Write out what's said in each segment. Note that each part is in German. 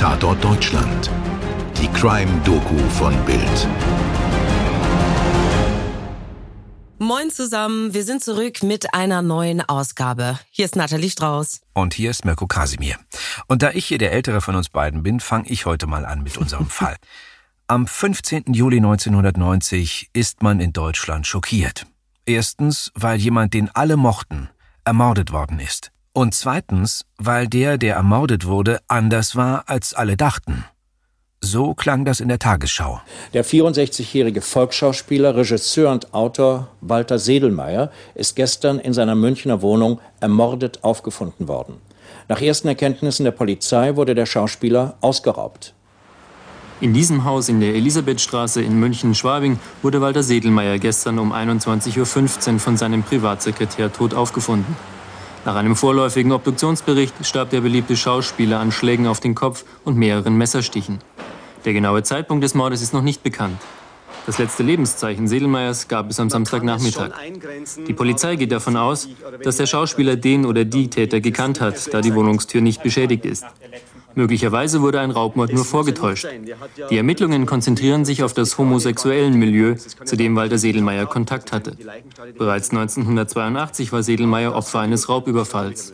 Tatort Deutschland. Die Crime-Doku von Bild. Moin zusammen, wir sind zurück mit einer neuen Ausgabe. Hier ist Nathalie Strauß. Und hier ist Mirko Kasimir. Und da ich hier der Ältere von uns beiden bin, fange ich heute mal an mit unserem Fall. Am 15. Juli 1990 ist man in Deutschland schockiert. Erstens, weil jemand, den alle mochten, ermordet worden ist. Und zweitens, weil der ermordet wurde, anders war, als alle dachten. So klang das in der Tagesschau. Der 64-jährige Volksschauspieler, Regisseur und Autor Walter Sedlmayr ist gestern in seiner Münchner Wohnung ermordet aufgefunden worden. Nach ersten Erkenntnissen der Polizei wurde der Schauspieler ausgeraubt. In diesem Haus in der Elisabethstraße in München-Schwabing wurde Walter Sedlmayr gestern um 21:15 Uhr von seinem Privatsekretär tot aufgefunden. Nach einem vorläufigen Obduktionsbericht starb der beliebte Schauspieler an Schlägen auf den Kopf und mehreren Messerstichen. Der genaue Zeitpunkt des Mordes ist noch nicht bekannt. Das letzte Lebenszeichen Sedlmayrs gab es am Samstagnachmittag. Die Polizei geht davon aus, dass der Schauspieler den oder die Täter gekannt hat, da die Wohnungstür nicht beschädigt ist. Möglicherweise wurde ein Raubmord nur vorgetäuscht. Die Ermittlungen konzentrieren sich auf das homosexuellen Milieu, zu dem Walter Sedlmayr Kontakt hatte. Bereits 1982 war Sedlmayr Opfer eines Raubüberfalls.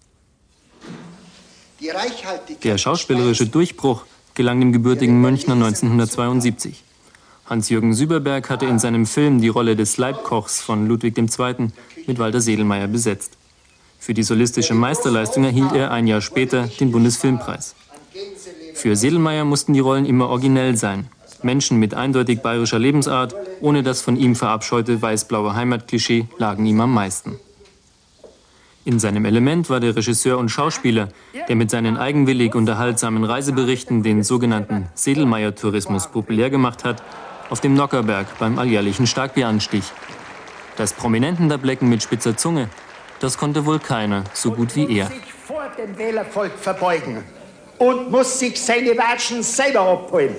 Der schauspielerische Durchbruch gelang dem gebürtigen Münchner 1972. Hans-Jürgen Süberberg hatte in seinem Film die Rolle des Leibkochs von Ludwig II. Mit Walter Sedlmayr besetzt. Für die solistische Meisterleistung erhielt er ein Jahr später den Bundesfilmpreis. Für Sedlmayr mussten die Rollen immer originell sein. Menschen mit eindeutig bayerischer Lebensart, ohne das von ihm verabscheute weiß-blaue Heimatklischee, lagen ihm am meisten. In seinem Element war der Regisseur und Schauspieler, der mit seinen eigenwillig unterhaltsamen Reiseberichten den sogenannten Sedlmayr-Tourismus populär gemacht hat, auf dem Nockherberg beim alljährlichen Starkbieranstich. Das Prominentendablecken mit spitzer Zunge, das konnte wohl keiner so gut wie er. Muss sich vor dem Wählervolk verbeugen und muss sich seine Watschen selber abholen.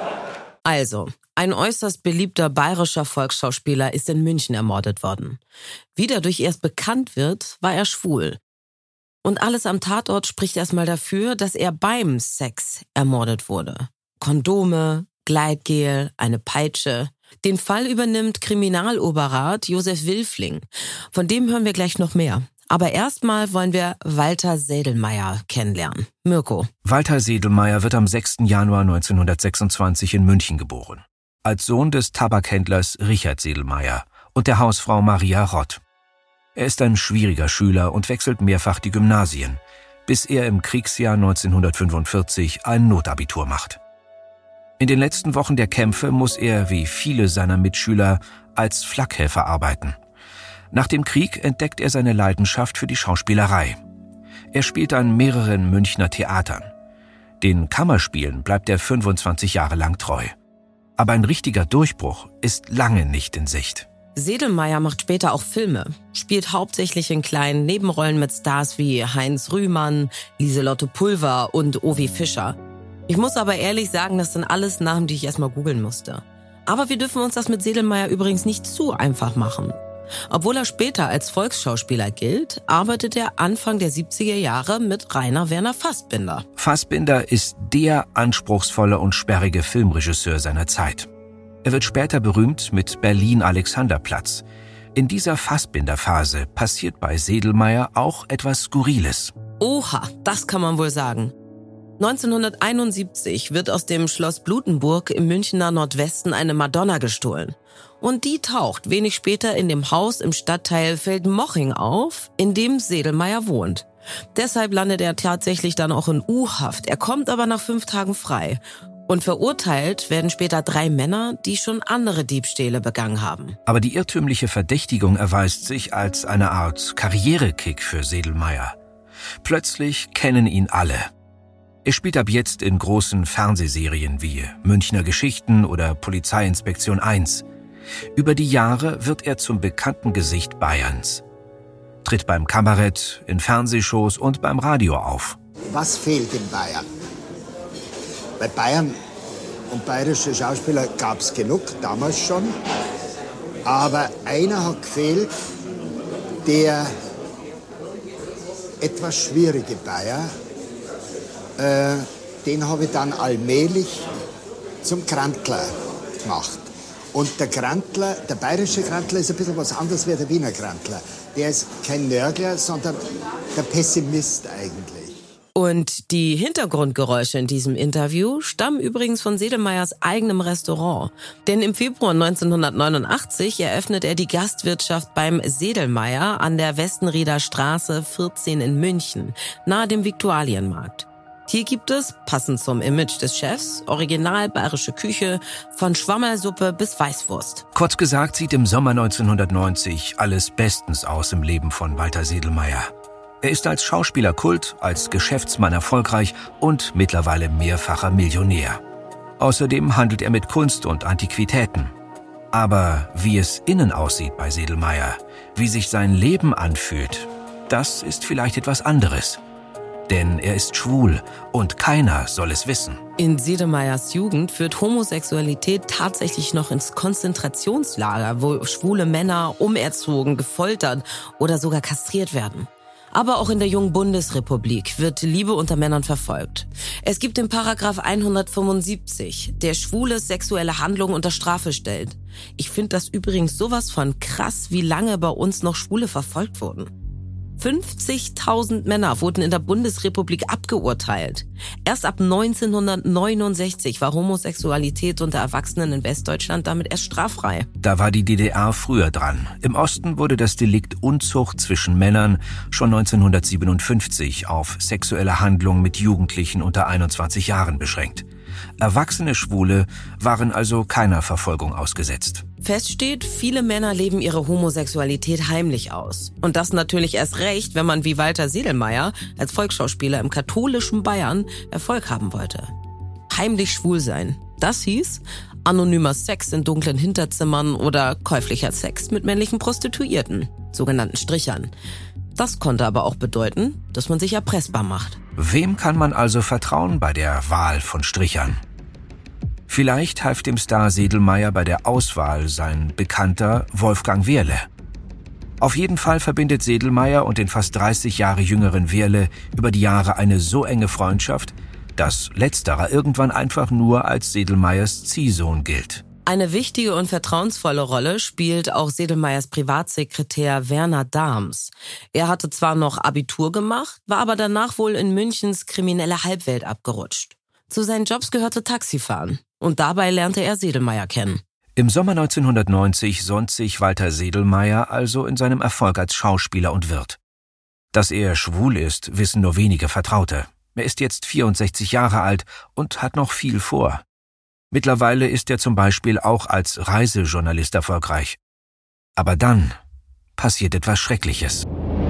Also, ein äußerst beliebter bayerischer Volksschauspieler ist in München ermordet worden. Wie dadurch erst bekannt wird, war er schwul. Und alles am Tatort spricht erstmal dafür, dass er beim Sex ermordet wurde. Kondome, Gleitgel, eine Peitsche. Den Fall übernimmt Kriminaloberrat Josef Wilfling. Von dem hören wir gleich noch mehr. Aber erstmal wollen wir Walter Sedlmayr kennenlernen. Mirko. Walter Sedlmayr wird am 6. Januar 1926 in München geboren. Als Sohn des Tabakhändlers Richard Sedlmayr und der Hausfrau Maria Rott. Er ist ein schwieriger Schüler und wechselt mehrfach die Gymnasien, bis er im Kriegsjahr 1945 ein Notabitur macht. In den letzten Wochen der Kämpfe muss er, wie viele seiner Mitschüler, als Flakhelfer arbeiten. Nach dem Krieg entdeckt er seine Leidenschaft für die Schauspielerei. Er spielt an mehreren Münchner Theatern. Den Kammerspielen bleibt er 25 Jahre lang treu. Aber ein richtiger Durchbruch ist lange nicht in Sicht. Sedlmayr macht später auch Filme, spielt hauptsächlich in kleinen Nebenrollen mit Stars wie Heinz Rühmann, Lieselotte Pulver und Ovi Fischer. Ich muss aber ehrlich sagen, das sind alles Namen, die ich erstmal googeln musste. Aber wir dürfen uns das mit Sedlmayr übrigens nicht zu einfach machen. Obwohl er später als Volksschauspieler gilt, arbeitet er Anfang der 70er Jahre mit Rainer Werner Fassbinder. Fassbinder ist der anspruchsvolle und sperrige Filmregisseur seiner Zeit. Er wird später berühmt mit Berlin-Alexanderplatz. In dieser Fassbinder-Phase passiert bei Sedlmayr auch etwas Skurriles. Oha, das kann man wohl sagen. 1971 wird aus dem Schloss Blutenburg im Münchner Nordwesten eine Madonna gestohlen. Und die taucht wenig später in dem Haus im Stadtteil Feldmoching auf, in dem Sedlmayr wohnt. Deshalb landet er tatsächlich dann auch in U-Haft. Er kommt aber nach 5 Tagen frei. Und verurteilt werden später 3 Männer, die schon andere Diebstähle begangen haben. Aber die irrtümliche Verdächtigung erweist sich als eine Art Karrierekick für Sedlmayr. Plötzlich kennen ihn alle. Er spielt ab jetzt in großen Fernsehserien wie Münchner Geschichten oder Polizeiinspektion 1. Über die Jahre wird er zum bekannten Gesicht Bayerns. Tritt beim Kabarett, in Fernsehshows und beim Radio auf. Was fehlt in Bayern? Bei Bayern und bayerische Schauspieler gab es genug, damals schon. Aber einer hat gefehlt, der etwas schwierige Bayer, den habe ich dann allmählich zum Krantler gemacht. Und der Krantler, der bayerische Krantler ist ein bisschen was anderes wie der Wiener Krantler. Der ist kein Nörgler, sondern der Pessimist eigentlich. Und die Hintergrundgeräusche in diesem Interview stammen übrigens von Sedlmayers eigenem Restaurant. Denn im Februar 1989 eröffnet er die Gastwirtschaft beim Sedlmayer an der Westenrieder Straße 14 in München, nahe dem Viktualienmarkt. Hier gibt es, passend zum Image des Chefs, original bayerische Küche, von Schwammersuppe bis Weißwurst. Kurz gesagt sieht im Sommer 1990 alles bestens aus im Leben von Walter Sedlmayer. Er ist als Schauspieler Kult, als Geschäftsmann erfolgreich und mittlerweile mehrfacher Millionär. Außerdem handelt er mit Kunst und Antiquitäten. Aber wie es innen aussieht bei Sedlmayer, wie sich sein Leben anfühlt, das ist vielleicht etwas anderes. Denn er ist schwul und keiner soll es wissen. In Sedlmayers Jugend führt Homosexualität tatsächlich noch ins Konzentrationslager, wo schwule Männer umerzogen, gefoltert oder sogar kastriert werden. Aber auch in der jungen Bundesrepublik wird Liebe unter Männern verfolgt. Es gibt den Paragraph 175, der schwule sexuelle Handlungen unter Strafe stellt. Ich finde das übrigens sowas von krass, wie lange bei uns noch Schwule verfolgt wurden. 50.000 Männer wurden in der Bundesrepublik abgeurteilt. Erst ab 1969 war Homosexualität unter Erwachsenen in Westdeutschland damit erst straffrei. Da war die DDR früher dran. Im Osten wurde das Delikt Unzucht zwischen Männern schon 1957 auf sexuelle Handlungen mit Jugendlichen unter 21 Jahren beschränkt. Erwachsene Schwule waren also keiner Verfolgung ausgesetzt. Fest steht, viele Männer leben ihre Homosexualität heimlich aus. Und das natürlich erst recht, wenn man wie Walter Sedlmayer als Volksschauspieler im katholischen Bayern Erfolg haben wollte. Heimlich schwul sein. Das hieß anonymer Sex in dunklen Hinterzimmern oder käuflicher Sex mit männlichen Prostituierten, sogenannten Strichern. Das konnte aber auch bedeuten, dass man sich erpressbar macht. Wem kann man also vertrauen bei der Wahl von Strichern? Vielleicht half dem Star Sedlmayer bei der Auswahl sein Bekannter Wolfgang Wehrle. Auf jeden Fall verbindet Sedlmayer und den fast 30 Jahre jüngeren Wehrle über die Jahre eine so enge Freundschaft, dass letzterer irgendwann einfach nur als Sedlmayers Ziehsohn gilt. Eine wichtige und vertrauensvolle Rolle spielt auch Sedlmayers Privatsekretär Werner Dahms. Er hatte zwar noch Abitur gemacht, war aber danach wohl in Münchens kriminelle Halbwelt abgerutscht. Zu seinen Jobs gehörte Taxifahren. Und dabei lernte er Sedlmayer kennen. Im Sommer 1990 sonnt sich Walter Sedlmayer also in seinem Erfolg als Schauspieler und Wirt. Dass er schwul ist, wissen nur wenige Vertraute. Er ist jetzt 64 Jahre alt und hat noch viel vor. Mittlerweile ist er zum Beispiel auch als Reisejournalist erfolgreich. Aber dann passiert etwas Schreckliches.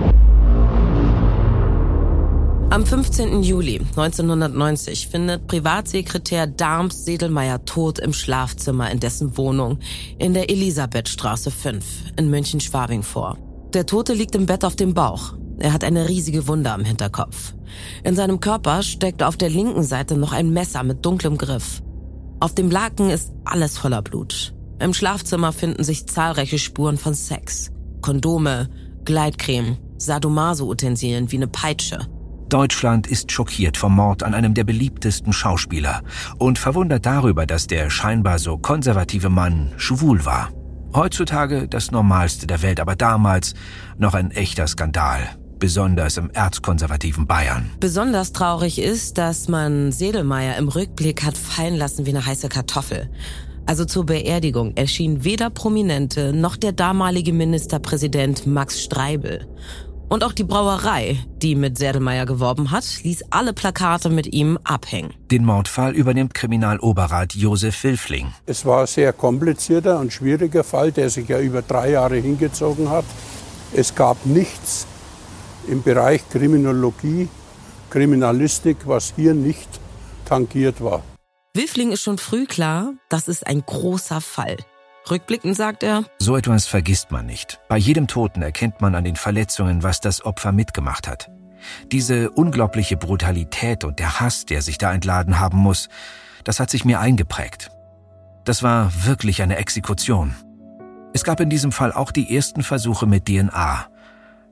Am 15. Juli 1990 findet Privatsekretär Dahms Sedlmayer tot im Schlafzimmer in dessen Wohnung in der Elisabethstraße 5 in München-Schwabing vor. Der Tote liegt im Bett auf dem Bauch. Er hat eine riesige Wunde am Hinterkopf. In seinem Körper steckt auf der linken Seite noch ein Messer mit dunklem Griff. Auf dem Laken ist alles voller Blut. Im Schlafzimmer finden sich zahlreiche Spuren von Sex. Kondome, Gleitcreme, Sadomaso-Utensilien wie eine Peitsche. Deutschland ist schockiert vom Mord an einem der beliebtesten Schauspieler und verwundert darüber, dass der scheinbar so konservative Mann schwul war. Heutzutage das Normalste der Welt, aber damals noch ein echter Skandal. Besonders im erzkonservativen Bayern. Besonders traurig ist, dass man Sedlmayer im Rückblick hat fallen lassen wie eine heiße Kartoffel. Also zur Beerdigung erschien weder Prominente noch der damalige Ministerpräsident Max Streibel. Und auch die Brauerei, die mit Sedlmayer geworben hat, ließ alle Plakate mit ihm abhängen. Den Mordfall übernimmt Kriminaloberrat Josef Wilfling. Es war ein sehr komplizierter und schwieriger Fall, der sich ja über 3 Jahre hingezogen hat. Es gab nichts im Bereich Kriminologie, Kriminalistik, was hier nicht tangiert war. Wilfling ist schon früh klar, das ist ein großer Fall. Rückblickend sagt er: So etwas vergisst man nicht. Bei jedem Toten erkennt man an den Verletzungen, was das Opfer mitgemacht hat. Diese unglaubliche Brutalität und der Hass, der sich da entladen haben muss, das hat sich mir eingeprägt. Das war wirklich eine Exekution. Es gab in diesem Fall auch die ersten Versuche mit DNA.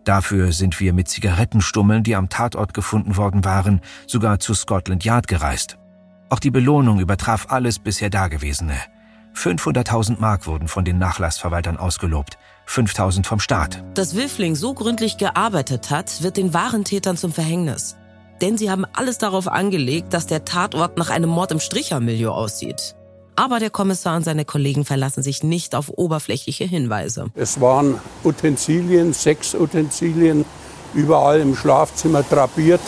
Dafür sind wir mit Zigarettenstummeln, die am Tatort gefunden worden waren, sogar zu Scotland Yard gereist. Auch die Belohnung übertraf alles bisher Dagewesene. 500.000 Mark wurden von den Nachlassverwaltern ausgelobt, 5.000 vom Staat. Dass Wilfling so gründlich gearbeitet hat, wird den wahren Tätern zum Verhängnis. Denn sie haben alles darauf angelegt, dass der Tatort nach einem Mord im Strichermilieu aussieht. Aber der Kommissar und seine Kollegen verlassen sich nicht auf oberflächliche Hinweise. Es waren Utensilien, Sexutensilien, überall im Schlafzimmer drapiert.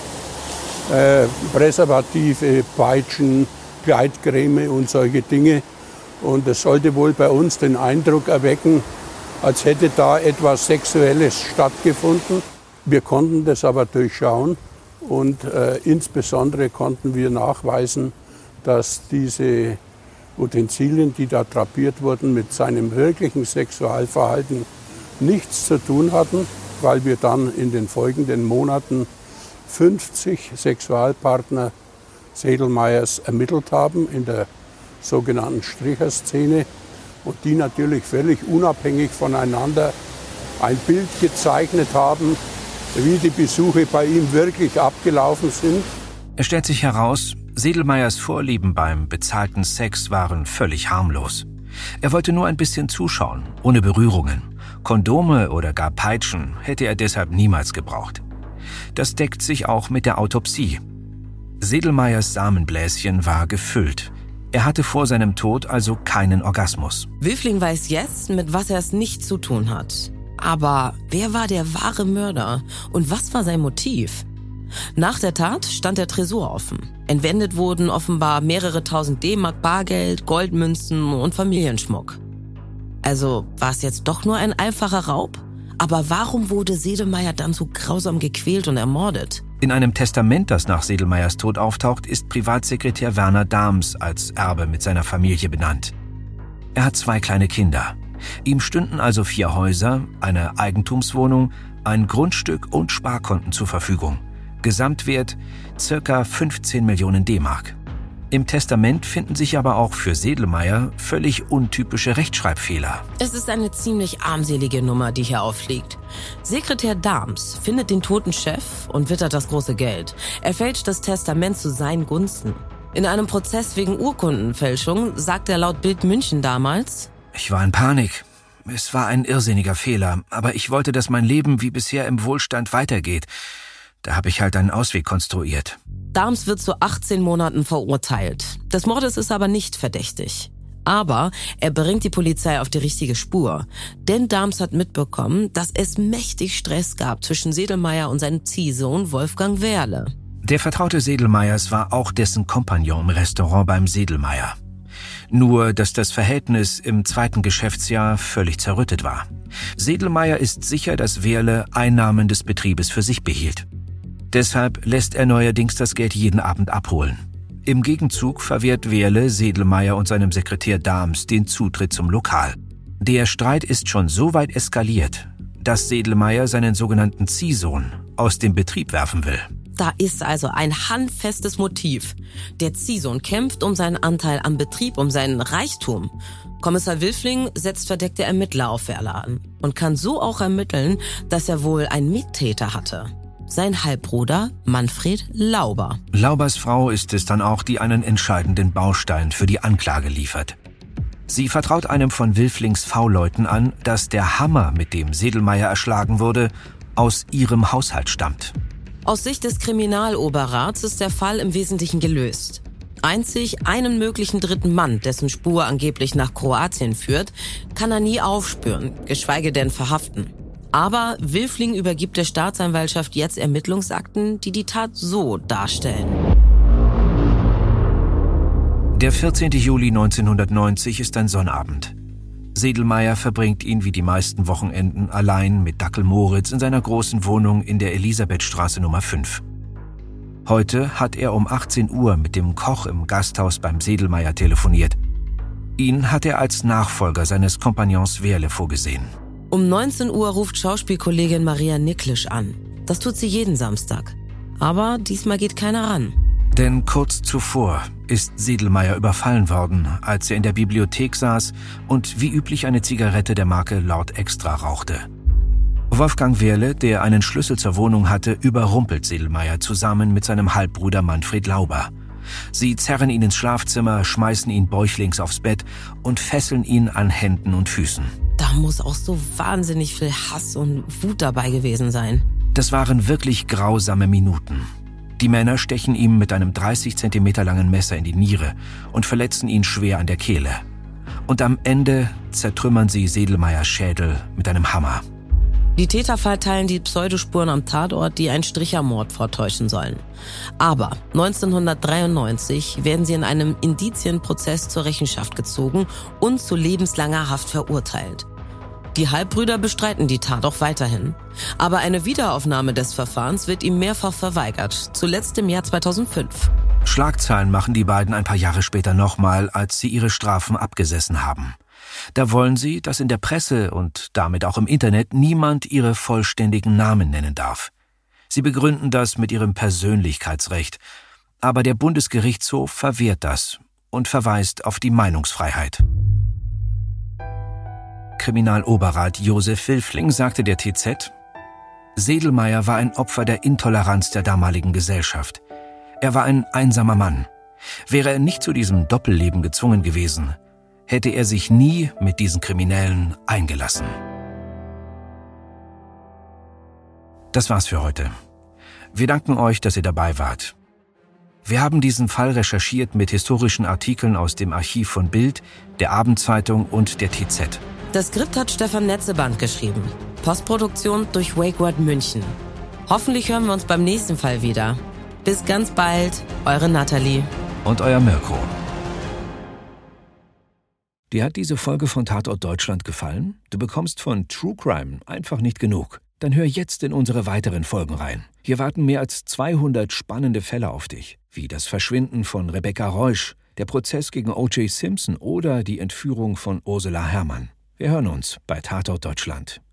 Präservative, Peitschen, Gleitcreme und solche Dinge. Und es sollte wohl bei uns den Eindruck erwecken, als hätte da etwas Sexuelles stattgefunden. Wir konnten das aber durchschauen und insbesondere konnten wir nachweisen, dass diese Utensilien, die da drapiert wurden, mit seinem wirklichen Sexualverhalten nichts zu tun hatten, weil wir dann in den folgenden Monaten 50 Sexualpartner Sedlmayrs ermittelt haben in der sogenannten Stricherszene und die natürlich völlig unabhängig voneinander ein Bild gezeichnet haben, wie die Besuche bei ihm wirklich abgelaufen sind. Es stellt sich heraus, Sedlmayrs Vorlieben beim bezahlten Sex waren völlig harmlos. Er wollte nur ein bisschen zuschauen, ohne Berührungen. Kondome oder gar Peitschen hätte er deshalb niemals gebraucht. Das deckt sich auch mit der Autopsie. Sedlmayrs Samenbläschen war gefüllt. Er hatte vor seinem Tod also keinen Orgasmus. Wilfling weiß jetzt, mit was er es nicht zu tun hat. Aber wer war der wahre Mörder und was war sein Motiv? Nach der Tat stand der Tresor offen. Entwendet wurden offenbar mehrere tausend D-Mark Bargeld, Goldmünzen und Familienschmuck. Also war es jetzt doch nur ein einfacher Raub? Aber warum wurde Sedlmayr dann so grausam gequält und ermordet? In einem Testament, das nach Sedlmayrs Tod auftaucht, ist Privatsekretär Werner Dahms als Erbe mit seiner Familie benannt. Er hat 2 kleine Kinder. Ihm stünden also 4 Häuser, eine Eigentumswohnung, ein Grundstück und Sparkonten zur Verfügung. Gesamtwert ca. 15 Millionen D-Mark. Im Testament finden sich aber auch für Sedlmayr völlig untypische Rechtschreibfehler. Es ist eine ziemlich armselige Nummer, die hier aufliegt. Sekretär Dahms findet den toten Chef und wittert das große Geld. Er fälscht das Testament zu seinen Gunsten. In einem Prozess wegen Urkundenfälschung sagt er laut Bild München damals: Ich war in Panik. Es war ein irrsinniger Fehler, aber ich wollte, dass mein Leben wie bisher im Wohlstand weitergeht. Da habe ich halt einen Ausweg konstruiert. Dahms wird zu 18 Monaten verurteilt. Des Mordes ist aber nicht verdächtig. Aber er bringt die Polizei auf die richtige Spur. Denn Dahms hat mitbekommen, dass es mächtig Stress gab zwischen Sedlmayr und seinem Ziehsohn Wolfgang Wehrle. Der Vertraute Sedlmayrs war auch dessen Kompagnon im Restaurant beim Sedlmayr. Nur, dass das Verhältnis im 2. Geschäftsjahr völlig zerrüttet war. Sedlmayr ist sicher, dass Wehrle Einnahmen des Betriebes für sich behielt. Deshalb lässt er neuerdings das Geld jeden Abend abholen. Im Gegenzug verwehrt Wehrle Sedlmayr und seinem Sekretär Dahms den Zutritt zum Lokal. Der Streit ist schon so weit eskaliert, dass Sedlmayr seinen sogenannten Ziehsohn aus dem Betrieb werfen will. Da ist also ein handfestes Motiv. Der Ziehsohn kämpft um seinen Anteil am Betrieb, um seinen Reichtum. Kommissar Wilfling setzt verdeckte Ermittler auf Wehrle an und kann so auch ermitteln, dass er wohl einen Mittäter hatte. Sein Halbbruder Manfred Lauber. Laubers Frau ist es dann auch, die einen entscheidenden Baustein für die Anklage liefert. Sie vertraut einem von Wilflings V-Leuten an, dass der Hammer, mit dem Sedlmayr erschlagen wurde, aus ihrem Haushalt stammt. Aus Sicht des Kriminaloberrats ist der Fall im Wesentlichen gelöst. Einzig einen möglichen dritten Mann, dessen Spur angeblich nach Kroatien führt, kann er nie aufspüren, geschweige denn verhaften. Aber Wilfling übergibt der Staatsanwaltschaft jetzt Ermittlungsakten, die die Tat so darstellen. Der 14. Juli 1990 ist ein Sonnabend. Sedlmayr verbringt ihn wie die meisten Wochenenden allein mit Dackel Moritz in seiner großen Wohnung in der Elisabethstraße Nummer 5. Heute hat er um 18 Uhr mit dem Koch im Gasthaus beim Sedlmayr telefoniert. Ihn hat er als Nachfolger seines Kompagnons Wehrle vorgesehen. Um 19 Uhr ruft Schauspielkollegin Maria Niklisch an. Das tut sie jeden Samstag. Aber diesmal geht keiner ran. Denn kurz zuvor ist Sedlmayr überfallen worden, als er in der Bibliothek saß und wie üblich eine Zigarette der Marke Lord Extra rauchte. Wolfgang Wehrle, der einen Schlüssel zur Wohnung hatte, überrumpelt Sedelmaier zusammen mit seinem Halbbruder Manfred Lauber. Sie zerren ihn ins Schlafzimmer, schmeißen ihn bäuchlings aufs Bett und fesseln ihn an Händen und Füßen. Da muss auch so wahnsinnig viel Hass und Wut dabei gewesen sein. Das waren wirklich grausame Minuten. Die Männer stechen ihm mit einem 30 Zentimeter langen Messer in die Niere und verletzen ihn schwer an der Kehle. Und am Ende zertrümmern sie Sedelmaiers Schädel mit einem Hammer. Die Täter verteilen die Pseudospuren am Tatort, die einen Strichermord vortäuschen sollen. Aber 1993 werden sie in einem Indizienprozess zur Rechenschaft gezogen und zu lebenslanger Haft verurteilt. Die Halbbrüder bestreiten die Tat auch weiterhin. Aber eine Wiederaufnahme des Verfahrens wird ihm mehrfach verweigert, zuletzt im Jahr 2005. Schlagzeilen machen die beiden ein paar Jahre später nochmal, als sie ihre Strafen abgesessen haben. Da wollen sie, dass in der Presse und damit auch im Internet niemand ihre vollständigen Namen nennen darf. Sie begründen das mit ihrem Persönlichkeitsrecht. Aber der Bundesgerichtshof verwehrt das und verweist auf die Meinungsfreiheit. Kriminaloberrat Josef Wilfling sagte der TZ: Sedelmaier war ein Opfer der Intoleranz der damaligen Gesellschaft. Er war ein einsamer Mann. Wäre er nicht zu diesem Doppelleben gezwungen gewesen, hätte er sich nie mit diesen Kriminellen eingelassen. Das war's für heute. Wir danken euch, dass ihr dabei wart. Wir haben diesen Fall recherchiert mit historischen Artikeln aus dem Archiv von Bild, der Abendzeitung und der TZ. Das Skript hat Stefan Netzeband geschrieben. Postproduktion durch WakeWord München. Hoffentlich hören wir uns beim nächsten Fall wieder. Bis ganz bald, eure Nathalie. Und euer Mirko. Dir hat diese Folge von Tatort Deutschland gefallen? Du bekommst von True Crime einfach nicht genug. Dann hör jetzt in unsere weiteren Folgen rein. Hier warten mehr als 200 spannende Fälle auf dich, wie das Verschwinden von Rebecca Reusch, der Prozess gegen O.J. Simpson oder die Entführung von Ursula Herrmann. Wir hören uns bei Tatort Deutschland.